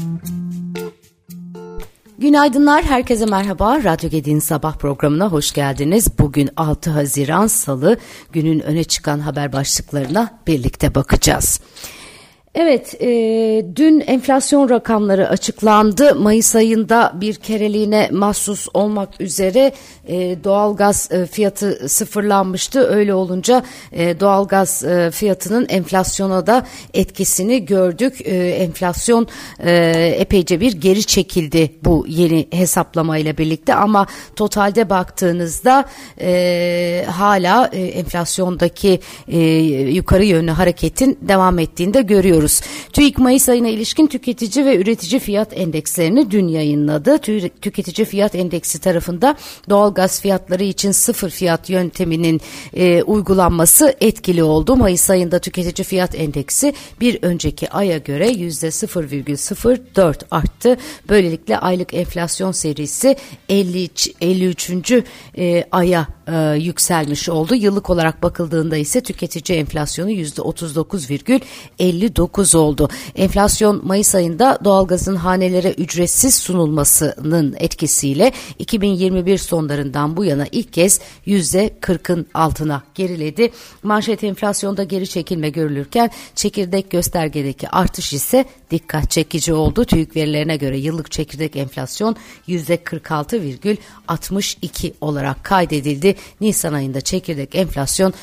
Günaydınlar, herkese merhaba. Radyo Gedi'nin sabah programına hoş geldiniz. Bugün 6 Haziran Salı, günün öne çıkan haber başlıklarına birlikte bakacağız. Evet, dün enflasyon rakamları açıklandı. Mayıs ayında bir kereliğine mahsus olmak üzere doğalgaz fiyatı sıfırlanmıştı. Öyle olunca doğalgaz fiyatının enflasyona da etkisini gördük. Enflasyon epeyce bir geri çekildi bu yeni hesaplamayla birlikte, ama totalde baktığınızda hala enflasyondaki yukarı yönlü hareketin devam ettiğini de görüyoruz. TÜİK Mayıs ayına ilişkin tüketici ve üretici fiyat endekslerini dün yayınladı. Tüketici fiyat endeksi tarafında doğalgaz fiyatları için sıfır fiyat yönteminin uygulanması etkili oldu. Mayıs ayında tüketici fiyat endeksi bir önceki aya göre %0,04 arttı. Böylelikle aylık enflasyon serisi 53. aya yükselmiş oldu. Yıllık olarak bakıldığında ise tüketici enflasyonu %39,59 oldu. Enflasyon Mayıs ayında doğalgazın hanelere ücretsiz sunulmasının etkisiyle 2021 sonlarından bu yana ilk kez %40'ın altına geriledi. Manşet enflasyonda geri çekilme görülürken çekirdek göstergedeki artış ise dikkat çekici oldu. TÜİK verilerine göre yıllık çekirdek enflasyon %46,62 olarak kaydedildi. Nisan ayında çekirdek enflasyon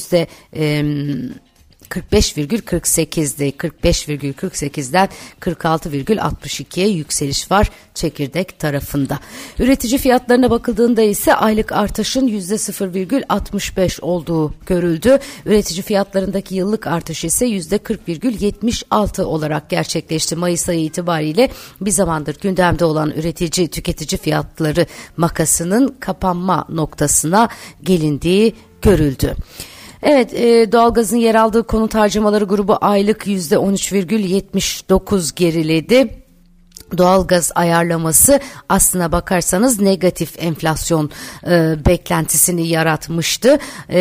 %45,48'de 45,48'den 46,62'ye yükseliş var çekirdek tarafında. Üretici fiyatlarına bakıldığında ise aylık artışın %0,65 olduğu görüldü. Üretici fiyatlarındaki yıllık artış ise %40,76 olarak gerçekleşti. Mayıs ayı itibariyle bir zamandır gündemde olan üretici tüketici fiyatları makasının kapanma noktasına gelindiği görüldü. Evet, doğalgazın yer aldığı konut harcamaları grubu aylık %13,79 geriledi. Doğalgaz ayarlaması aslına bakarsanız negatif enflasyon beklentisini yaratmıştı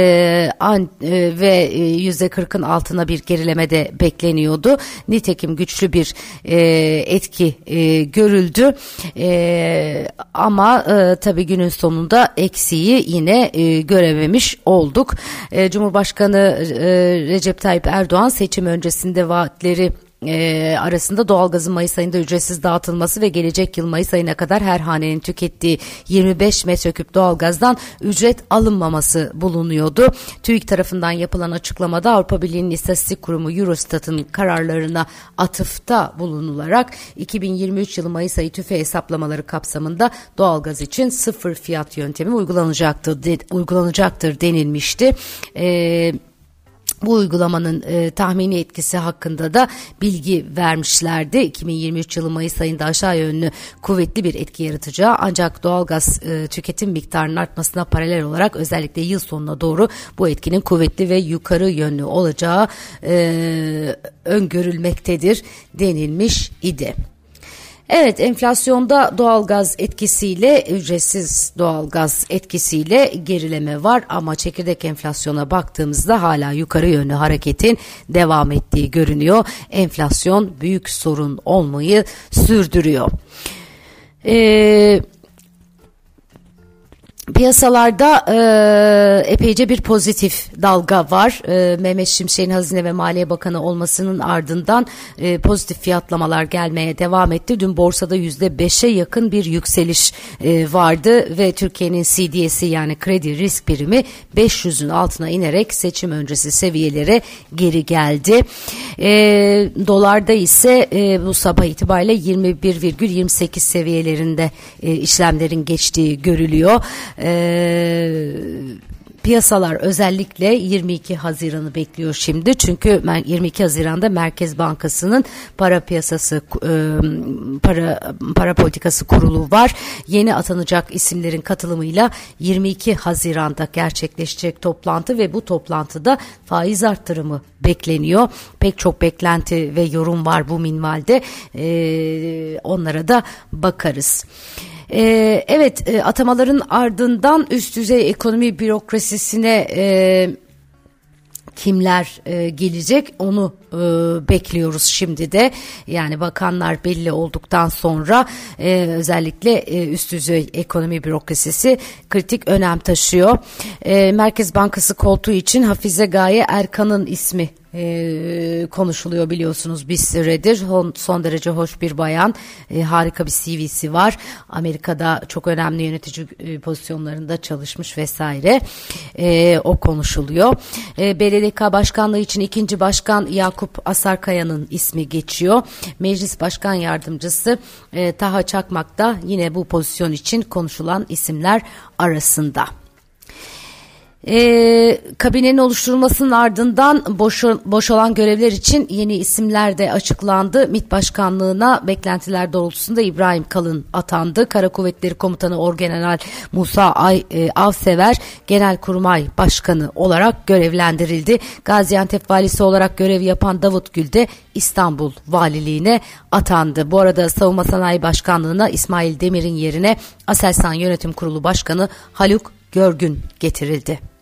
ve %40'ın altına bir gerileme de bekleniyordu. Nitekim güçlü bir etki görüldü ama tabii günün sonunda eksiği yine görememiş olduk. Cumhurbaşkanı Recep Tayyip Erdoğan seçim öncesinde vaatleri arasında doğalgazın Mayıs ayında ücretsiz dağıtılması ve gelecek yıl Mayıs ayına kadar her hanenin tükettiği 25 metreküp doğalgazdan ücret alınmaması bulunuyordu. TÜİK tarafından yapılan açıklamada Avrupa Birliği'nin İstatistik Kurumu Eurostat'ın kararlarına atıfta bulunularak 2023 yılı Mayıs ayı tüfe hesaplamaları kapsamında doğalgaz için sıfır fiyat yöntemi uygulanacaktır denilmişti. Bu uygulamanın tahmini etkisi hakkında da bilgi vermişlerdi. 2023 yılı Mayıs ayında aşağı yönlü kuvvetli bir etki yaratacağı, ancak doğalgaz tüketim miktarının artmasına paralel olarak özellikle yıl sonuna doğru bu etkinin kuvvetli ve yukarı yönlü olacağı öngörülmektedir denilmiş idi. Evet, enflasyonda doğalgaz etkisiyle, ücretsiz doğalgaz etkisiyle gerileme var ama çekirdek enflasyona baktığımızda hala yukarı yönlü hareketin devam ettiği görünüyor. Enflasyon büyük sorun olmayı sürdürüyor. Piyasalarda epeyce bir pozitif dalga var. Mehmet Şimşek'in Hazine ve Maliye Bakanı olmasının ardından pozitif fiyatlamalar gelmeye devam etti. Dün borsada %5'e yakın bir yükseliş vardı ve Türkiye'nin CDS'i yani kredi risk primi 500'ün altına inerek seçim öncesi seviyelere geri geldi. Dolarda ise bu sabah itibariyle 21,28 seviyelerinde işlemlerin geçtiği görülüyor. Piyasalar özellikle 22 Haziran'ı bekliyor şimdi. Çünkü 22 Haziran'da Merkez Bankası'nın para politikası kurulu var. Yeni atanacak isimlerin katılımıyla 22 Haziran'da gerçekleşecek toplantı ve bu toplantıda faiz arttırımı bekleniyor. Pek çok beklenti ve yorum var bu minvalde. Onlara da bakarız. Evet, atamaların ardından üst düzey ekonomi bürokrasisine kimler gelecek onu bekliyoruz şimdi de. Yani bakanlar belli olduktan sonra özellikle üst düzey ekonomi bürokrasisi kritik önem taşıyor. Merkez Bankası koltuğu için Hafize Gaye Erkan'ın ismi konuşuluyor biliyorsunuz bir süredir. Son derece hoş bir bayan, harika bir CV'si var. Amerika'da çok önemli yönetici pozisyonlarında çalışmış vesaire. O konuşuluyor. BDDK Başkanlığı için ikinci başkan Yakup Asarkaya'nın ismi geçiyor. Meclis Başkan Yardımcısı Taha Çakmak da yine bu pozisyon için konuşulan isimler arasında. Kabinenin oluşturulmasının ardından boş olan görevler için yeni isimler de açıklandı. MİT Başkanlığı'na beklentiler doğrultusunda İbrahim Kalın atandı. Kara Kuvvetleri Komutanı Orgeneral Musa Avsever Genelkurmay Başkanı olarak görevlendirildi. Gaziantep Valisi olarak görev yapan Davut Gül de İstanbul Valiliğine atandı. Bu arada Savunma Sanayi Başkanlığı'na İsmail Demir'in yerine Aselsan Yönetim Kurulu Başkanı Haluk Görgün getirildi.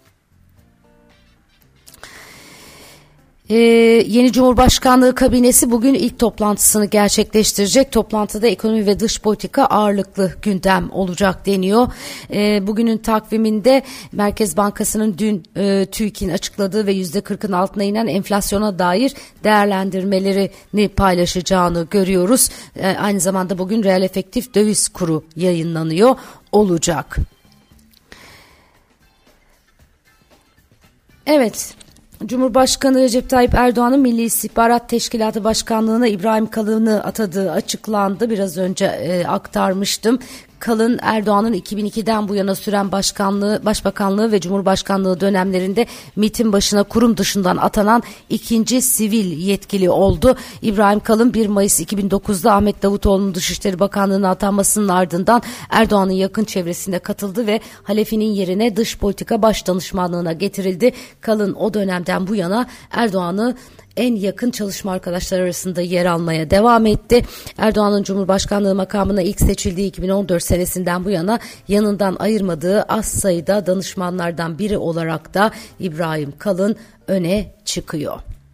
Yeni Cumhurbaşkanlığı kabinesi bugün ilk toplantısını gerçekleştirecek. Toplantıda ekonomi ve dış politika ağırlıklı gündem olacak deniyor. Bugünün takviminde Merkez Bankası'nın dün TÜİK'in açıkladığı ve %40'ın altına inen enflasyona dair değerlendirmelerini paylaşacağını görüyoruz. Aynı zamanda bugün reel efektif döviz kuru yayınlanıyor olacak. Evet. Cumhurbaşkanı Recep Tayyip Erdoğan'ın Milli İstihbarat Teşkilatı Başkanlığı'na İbrahim Kalın'ı atadığı açıklandı. Biraz önce aktarmıştım. Kalın, Erdoğan'ın 2002'den bu yana süren başbakanlığı ve cumhurbaşkanlığı dönemlerinde MİT'in başına kurum dışından atanan ikinci sivil yetkili oldu. İbrahim Kalın 1 Mayıs 2009'da Ahmet Davutoğlu'nun Dışişleri Bakanlığı'na atanmasının ardından Erdoğan'ın yakın çevresinde katıldı ve Halefi'nin yerine dış politika başdanışmanlığına getirildi. Kalın o dönemden bu yana Erdoğan'ı en yakın çalışma arkadaşlar arasında yer almaya devam etti. Erdoğan'ın Cumhurbaşkanlığı makamına ilk seçildiği 2014 senesinden bu yana yanından ayırmadığı az sayıda danışmanlardan biri olarak da İbrahim Kalın öne çıkıyor.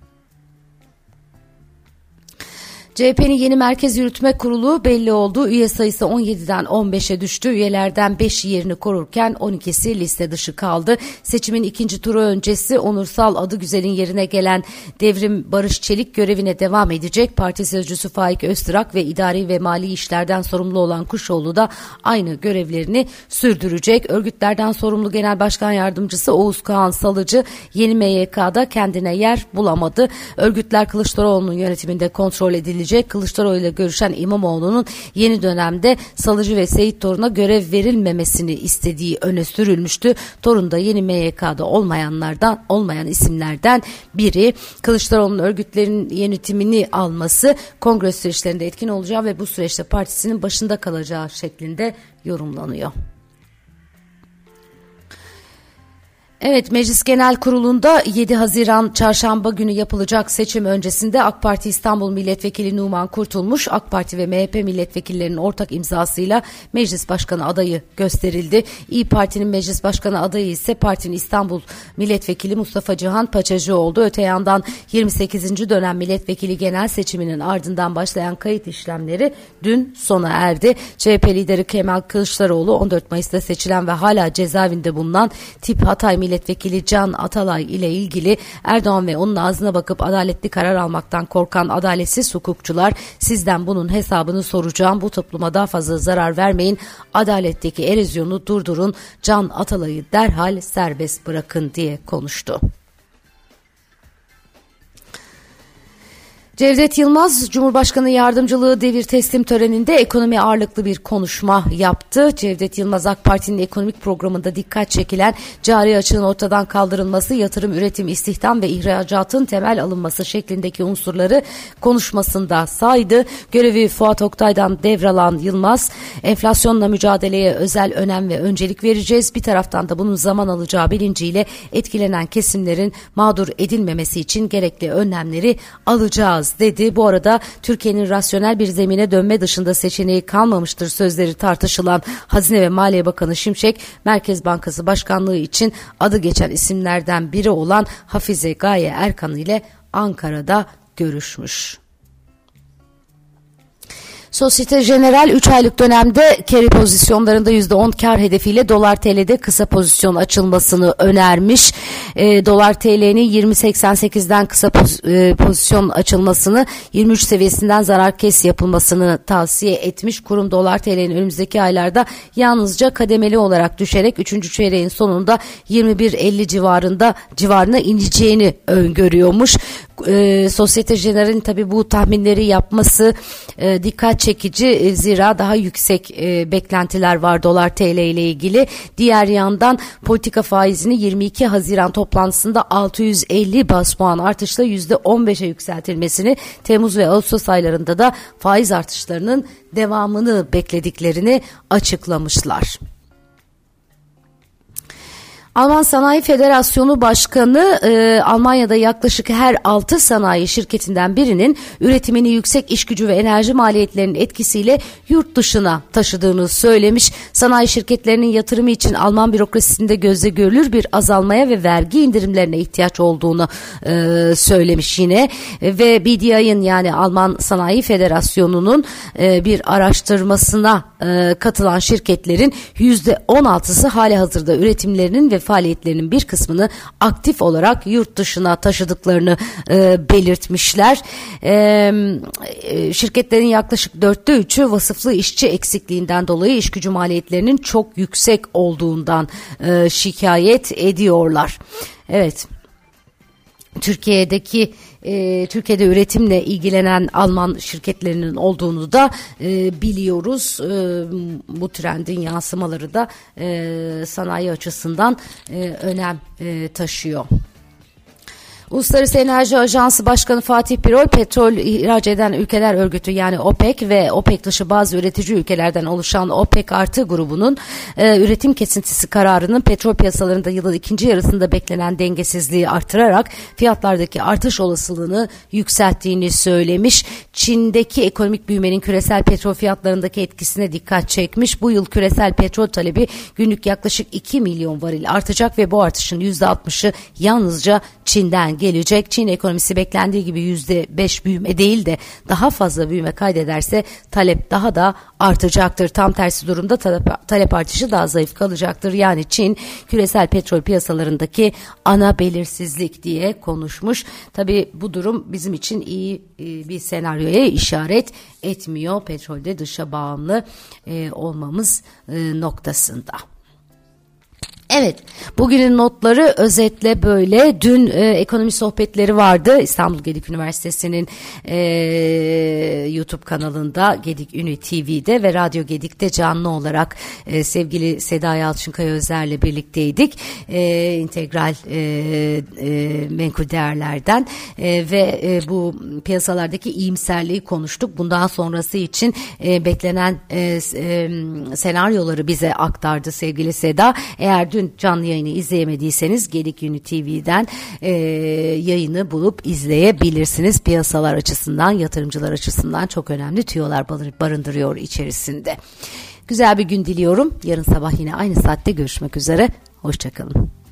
CHP'nin yeni Merkez Yürütme Kurulu belli oldu. Üye sayısı 17'den 15'e düştü. Üyelerden 5'i yerini korurken 12'si liste dışı kaldı. Seçimin ikinci turu öncesi Onursal Adıgüzel'in yerine gelen Devrim Barış Çelik görevine devam edecek. Parti sözcüsü Faik Öztürk ve idari ve mali işlerden sorumlu olan Kuşoğlu da aynı görevlerini sürdürecek. Örgütlerden sorumlu Genel Başkan Yardımcısı Oğuz Kağan Salıcı yeni MYK'da kendine yer bulamadı. Örgütler Kılıçdaroğlu'nun yönetiminde kontrol edilecek. Kılıçdaroğlu ile görüşen İmamoğlu'nun yeni dönemde Salıcı ve Seyit Torun'a görev verilmemesini istediği öne sürülmüştü. Torun da yeni MYK'da olmayan isimlerden biri. Kılıçdaroğlu'nun örgütlerin yönetimini alması kongre süreçlerinde etkin olacağı ve bu süreçte partisinin başında kalacağı şeklinde yorumlanıyor. Evet, Meclis Genel Kurulu'nda 7 Haziran Çarşamba günü yapılacak seçim öncesinde AK Parti İstanbul Milletvekili Numan Kurtulmuş, AK Parti ve MHP milletvekillerinin ortak imzasıyla Meclis Başkanı adayı gösterildi. İYİ Parti'nin Meclis Başkanı adayı ise partinin İstanbul Milletvekili Mustafa Cihan Paçacı oldu. Öte yandan 28. dönem milletvekili genel seçiminin ardından başlayan kayıt işlemleri dün sona erdi. CHP lideri Kemal Kılıçdaroğlu 14 Mayıs'ta seçilen ve hala cezaevinde bulunan tip Hatay Milletvekili Can Atalay ile ilgili Erdoğan ve onun ağzına bakıp adaletli karar almaktan korkan adaletsiz hukukçular, sizden bunun hesabını soracağım, bu topluma daha fazla zarar vermeyin, adaletteki erozyonu durdurun, Can Atalay'ı derhal serbest bırakın diye konuştu. Cevdet Yılmaz, Cumhurbaşkanı Yardımcılığı devir teslim töreninde ekonomi ağırlıklı bir konuşma yaptı. Cevdet Yılmaz, AK Parti'nin ekonomik programında dikkat çekilen cari açığın ortadan kaldırılması, yatırım, üretim, istihdam ve ihracatın temel alınması şeklindeki unsurları konuşmasında saydı. Görevi Fuat Oktay'dan devralan Yılmaz, enflasyonla mücadeleye özel önem ve öncelik vereceğiz. Bir taraftan da bunun zaman alacağı bilinciyle etkilenen kesimlerin mağdur edilmemesi için gerekli önlemleri alacağız olmaz dedi. Bu arada Türkiye'nin rasyonel bir zemine dönme dışında seçeneği kalmamıştır sözleri tartışılan Hazine ve Maliye Bakanı Şimşek, Merkez Bankası Başkanlığı için adı geçen isimlerden biri olan Hafize Gaye Erkan ile Ankara'da görüşmüş. Societe Generale 3 aylık dönemde carry pozisyonlarında %10 kar hedefiyle dolar TL'de kısa pozisyon açılmasını önermiş. Dolar TL'nin 20.88'den kısa pozisyon açılmasını, 23 seviyesinden zarar kes yapılmasını tavsiye etmiş. Kurum dolar TL'nin önümüzdeki aylarda yalnızca kademeli olarak düşerek 3. çeyreğin sonunda 21.50 civarına ineceğini öngörüyormuş. Societe Generale'in tabii bu tahminleri yapması dikkat çekici, zira daha yüksek beklentiler var dolar TL ile ilgili. Diğer yandan politika faizini 22 Haziran toplantısında 650 bas puan artışla %15'e yükseltilmesini, Temmuz ve Ağustos aylarında da faiz artışlarının devamını beklediklerini açıklamışlar. Alman Sanayi Federasyonu Başkanı Almanya'da yaklaşık her 6 sanayi şirketinden birinin üretimini yüksek iş gücü ve enerji maliyetlerinin etkisiyle yurt dışına taşıdığını söylemiş. Sanayi şirketlerinin yatırımı için Alman bürokrasisinde gözle görülür bir azalmaya ve vergi indirimlerine ihtiyaç olduğunu söylemiş yine. Ve BDI'nin, yani Alman Sanayi Federasyonu'nun bir araştırmasına katılan şirketlerin %16'sı halihazırda üretimlerinin ve faaliyetlerinin bir kısmını aktif olarak yurt dışına taşıdıklarını belirtmişler. Şirketlerin yaklaşık 3/4'ü vasıflı işçi eksikliğinden dolayı iş gücü maliyetlerinin çok yüksek olduğundan şikayet ediyorlar. Evet. Türkiye'de üretimle ilgilenen Alman şirketlerinin olduğunu da biliyoruz. Bu trendin yansımaları da sanayi açısından önem taşıyor. Uluslararası Enerji Ajansı Başkanı Fatih Birol, petrol ihraç eden ülkeler örgütü yani OPEC ve OPEC dışı bazı üretici ülkelerden oluşan OPEC artı grubunun üretim kesintisi kararının petrol piyasalarında yılın ikinci yarısında beklenen dengesizliği artırarak fiyatlardaki artış olasılığını yükselttiğini söylemiş. Çin'deki ekonomik büyümenin küresel petrol fiyatlarındaki etkisine dikkat çekmiş. Bu yıl küresel petrol talebi günlük yaklaşık 2 milyon varil artacak ve bu artışın %60'ı yalnızca Çin'den gelecek. Çin ekonomisi beklendiği gibi %5 büyüme değil de daha fazla büyüme kaydederse talep daha da artacaktır. Tam tersi durumda talep artışı daha zayıf kalacaktır. Yani Çin küresel petrol piyasalarındaki ana belirsizlik diye konuşmuş. Tabii bu durum bizim için iyi bir senaryoya işaret etmiyor. Petrolde dışa bağımlı olmamız noktasında. Evet, bugünün notları özetle böyle. Dün ekonomi sohbetleri vardı. İstanbul Gedik Üniversitesi'nin YouTube kanalında, Gedik Ünü TV'de ve Radyo Gedik'te canlı olarak sevgili Seda Yalçınkaya Özer'le birlikteydik. İntegral menkul değerlerden ve bu piyasalardaki iyimserliği konuştuk. Bundan sonrası için beklenen senaryoları bize aktardı sevgili Seda. Eğer dün canlı yayını izleyemediyseniz Gedik Ünü TV'den yayını bulup izleyebilirsiniz. Piyasalar açısından, yatırımcılar açısından çok önemli tüyolar barındırıyor içerisinde. Güzel bir gün diliyorum. Yarın sabah yine aynı saatte görüşmek üzere. Hoşça kalın.